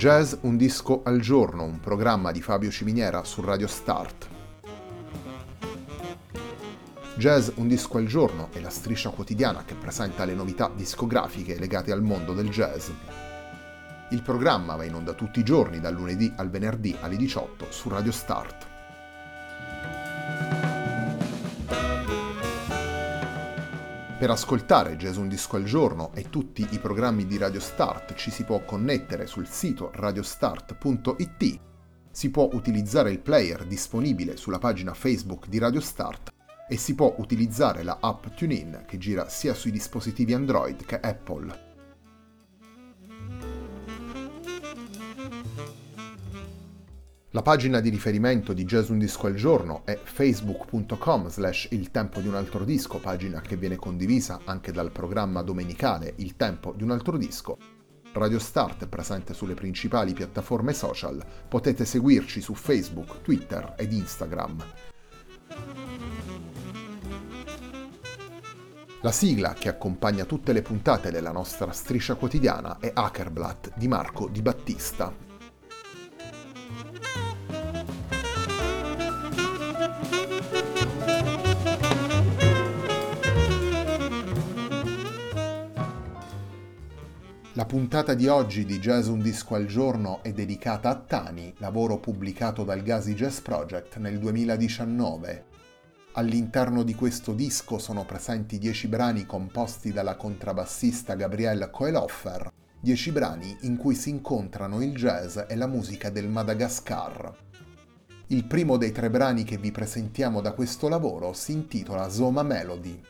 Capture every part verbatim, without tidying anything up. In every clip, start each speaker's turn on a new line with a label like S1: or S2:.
S1: Jazz un disco al giorno, un programma di Fabio Ciminiera su Radio Start. Jazz un disco al giorno è la striscia quotidiana che presenta le novità discografiche legate al mondo del jazz. Il programma va in onda tutti i giorni dal lunedì al venerdì alle diciotto su Radio Start. Per ascoltare Jazz un disco al giorno e tutti i programmi di Radio Start ci si può connettere sul sito radiostart punto it, si può utilizzare il player disponibile sulla pagina Facebook di Radio Start e si può utilizzare la app TuneIn che gira sia sui dispositivi Android che Apple. La pagina di riferimento di Jazz un disco al giorno è facebook punto com slash il tempo di un altro disco, pagina che viene condivisa anche dal programma domenicale Il tempo di un altro disco. Radio Start è presente sulle principali piattaforme social, potete seguirci su Facebook, Twitter ed Instagram. La sigla che accompagna tutte le puntate della nostra striscia quotidiana è Hackerblatt di Marco Di Battista. La puntata di oggi di Jazz un disco al giorno è dedicata a Tani, lavoro pubblicato dal Gazi Jazz Project nel duemiladiciannove. All'interno di questo disco sono presenti dieci brani composti dalla contrabbassista Gabrielle Koeloffer, dieci brani in cui si incontrano il jazz e la musica del Madagascar. Il primo dei tre brani che vi presentiamo da questo lavoro si intitola Zoma Melody.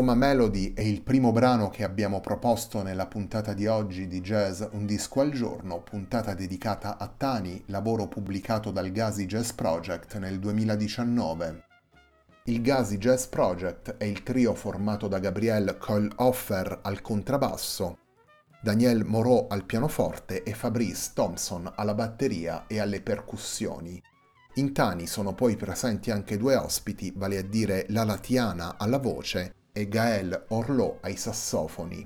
S1: Soma Melody è il primo brano che abbiamo proposto nella puntata di oggi di Jazz Un Disco al Giorno, puntata dedicata a Tani, lavoro pubblicato dal Gazi Jazz Project nel duemiladiciannove. Il Gazi Jazz Project è il trio formato da Gabriel Kohlhofer al contrabbasso, Daniel Moreau al pianoforte e Fabrice Thompson alla batteria e alle percussioni. In Tani sono poi presenti anche due ospiti, vale a dire la Latiana alla voce e Gaël Orlot ai sassofoni.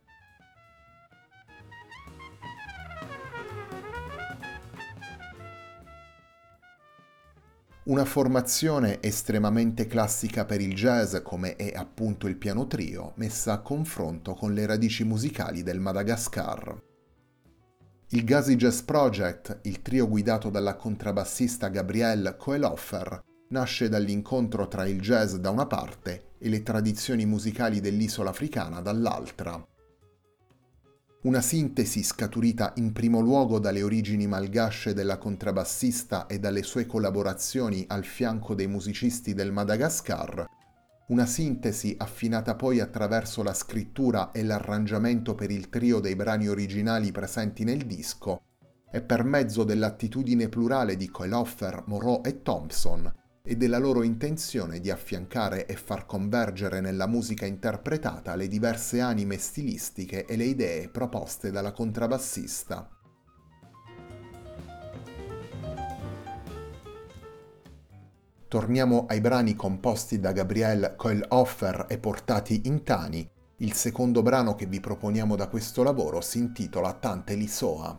S1: Una formazione estremamente classica per il jazz come è appunto il piano trio, messa a confronto con le radici musicali del Madagascar. Il Gazi Jazz Project, il trio guidato dalla contrabbassista Gabrielle Kohlhofer, nasce dall'incontro tra il jazz da una parte e le tradizioni musicali dell'isola africana dall'altra. Una sintesi scaturita in primo luogo dalle origini malgasce della contrabbassista e dalle sue collaborazioni al fianco dei musicisti del Madagascar, una sintesi affinata poi attraverso la scrittura e l'arrangiamento per il trio dei brani originali presenti nel disco, e per mezzo dell'attitudine plurale di Kohlhofer, Moreau e Thompson e della loro intenzione di affiancare e far convergere nella musica interpretata le diverse anime stilistiche e le idee proposte dalla contrabbassista. Torniamo ai brani composti da Gabriel Kohlhofer e portati in Tani. Il secondo brano che vi proponiamo da questo lavoro si intitola Tante Lisoa.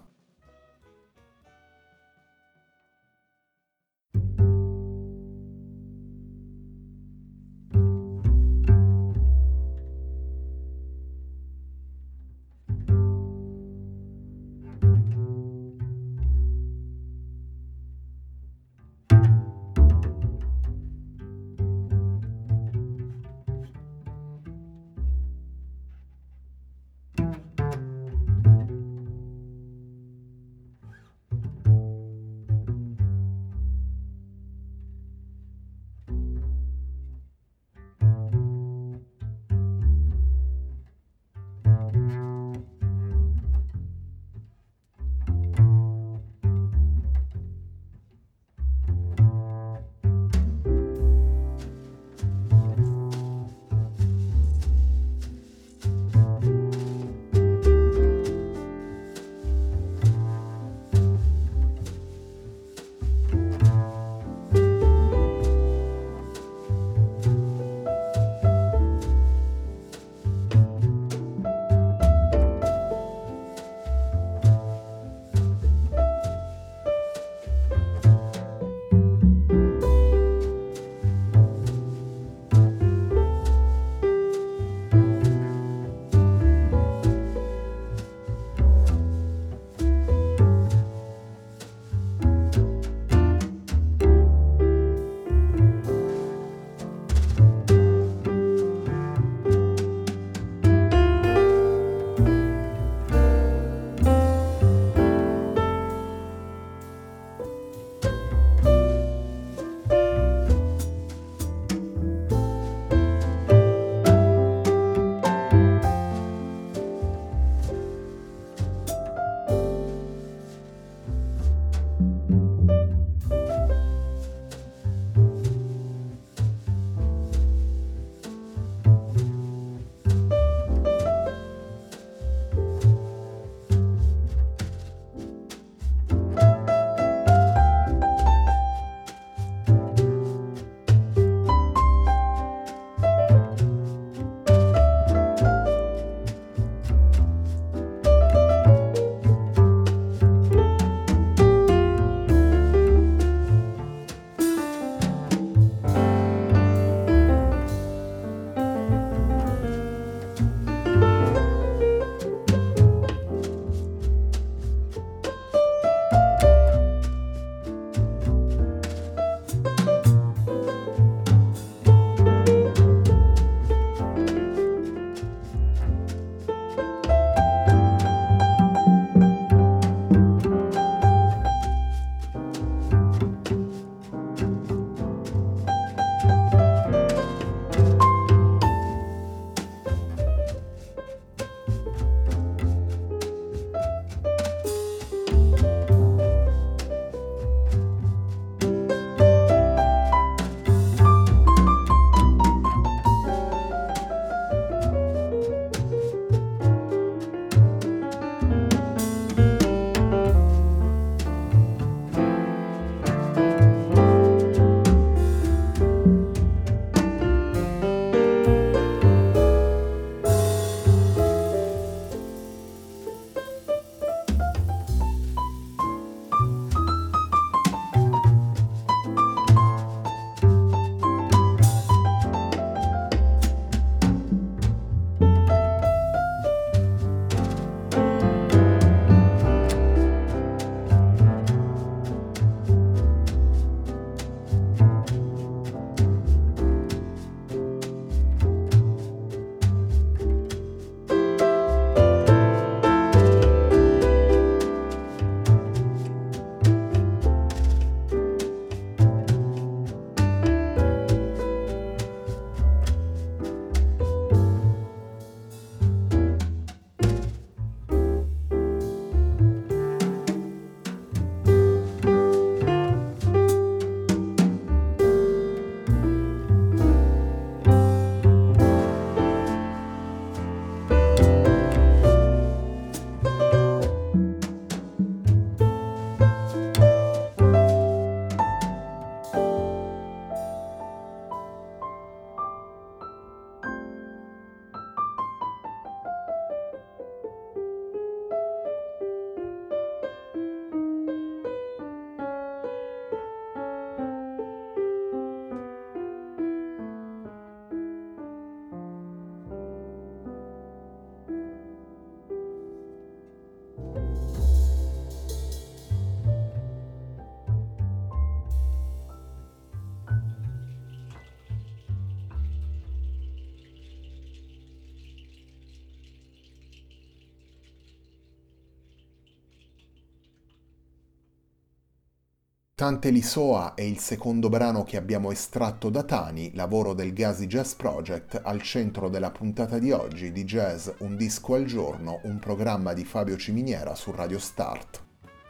S1: Tante Lisoa è il secondo brano che abbiamo estratto da Tani, lavoro del Gazi Jazz Project, al centro della puntata di oggi di Jazz Un disco al giorno, un programma di Fabio Ciminiera su Radio Start.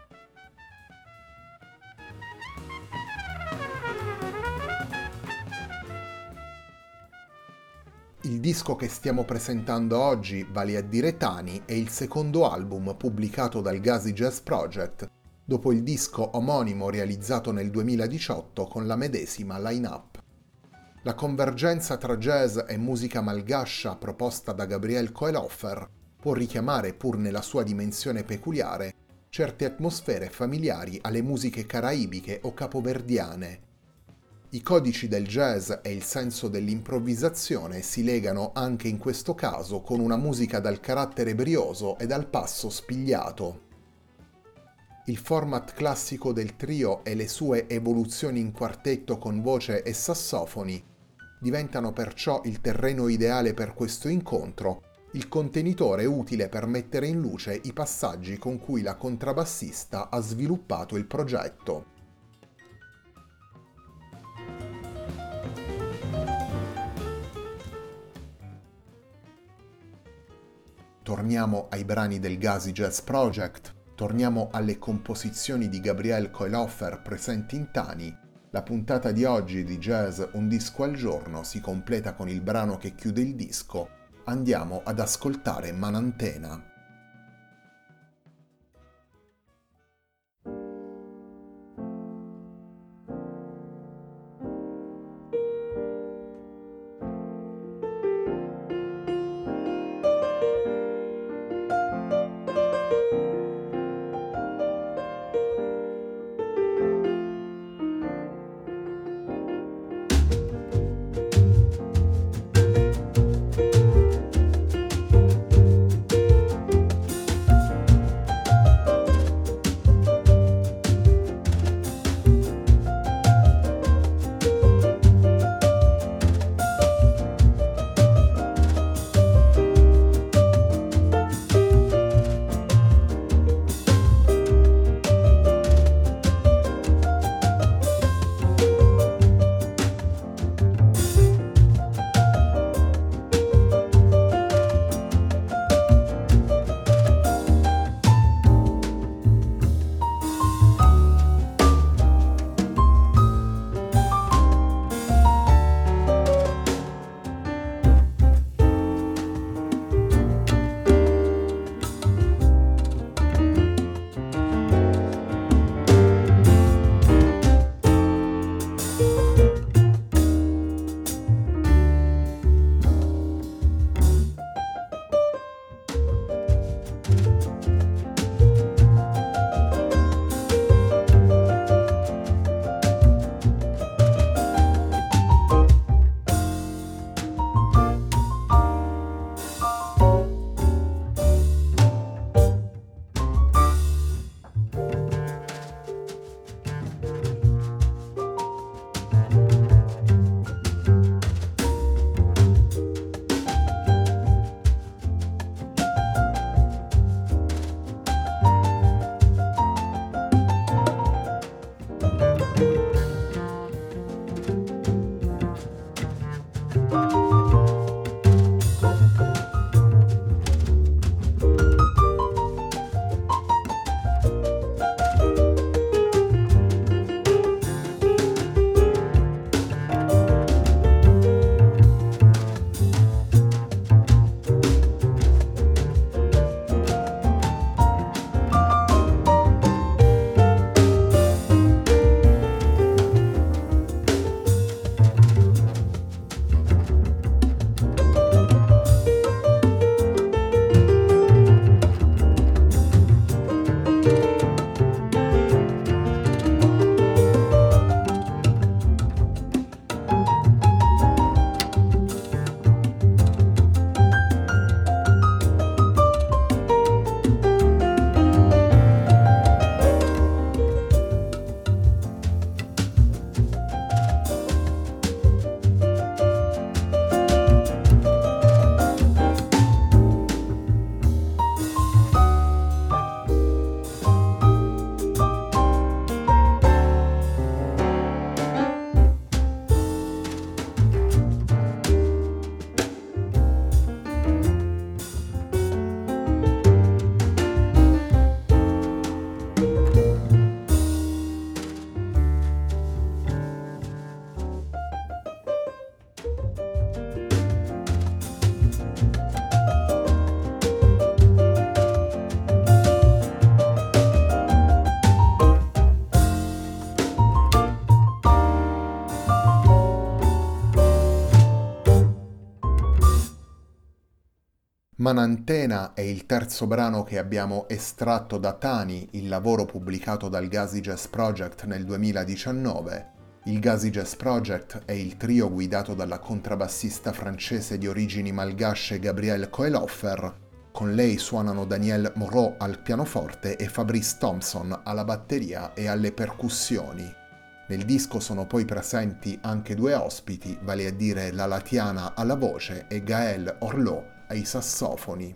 S1: Il disco che stiamo presentando oggi, vale a dire Tani, è il secondo album pubblicato dal Gazi Jazz Project, dopo il disco omonimo realizzato nel duemiladiciotto con la medesima line-up. La convergenza tra jazz e musica malgascia proposta da Gabriel Koeloffer può richiamare, pur nella sua dimensione peculiare, certe atmosfere familiari alle musiche caraibiche o capoverdiane. I codici del jazz e il senso dell'improvvisazione si legano anche in questo caso con una musica dal carattere brioso e dal passo spigliato. Il format classico del trio e le sue evoluzioni in quartetto con voce e sassofoni diventano perciò il terreno ideale per questo incontro, il contenitore utile per mettere in luce i passaggi con cui la contrabbassista ha sviluppato il progetto. Torniamo ai brani del Gazi Jazz Project. Torniamo alle composizioni di Gabriel Koeloffer presenti in Tani. La puntata di oggi di Jazz Un disco al giorno si completa con il brano che chiude il disco. Andiamo ad ascoltare Manantena. Manantena è il terzo brano che abbiamo estratto da Tani, il lavoro pubblicato dal Gazi Jazz Project nel duemiladiciannove. Il Gazi Jazz Project è il trio guidato dalla contrabbassista francese di origini malgasce Gabrielle Koeloffer. Con lei suonano Daniel Moreau al pianoforte e Fabrice Thompson alla batteria e alle percussioni. Nel disco sono poi presenti anche due ospiti, vale a dire la Latiana alla voce e Gaël Orlot ai sassofoni.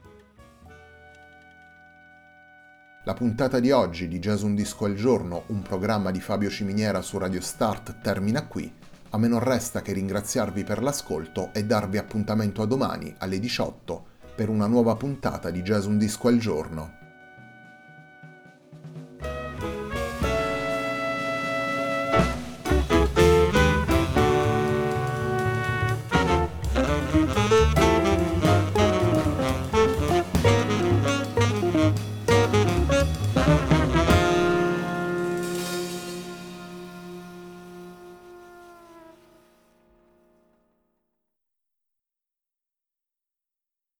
S1: La puntata di oggi di Jazz Un Disco al Giorno, un programma di Fabio Ciminiera su Radio Start, termina qui. A me non resta che ringraziarvi per l'ascolto e darvi appuntamento a domani alle diciotto per una nuova puntata di Jazz Un Disco al Giorno.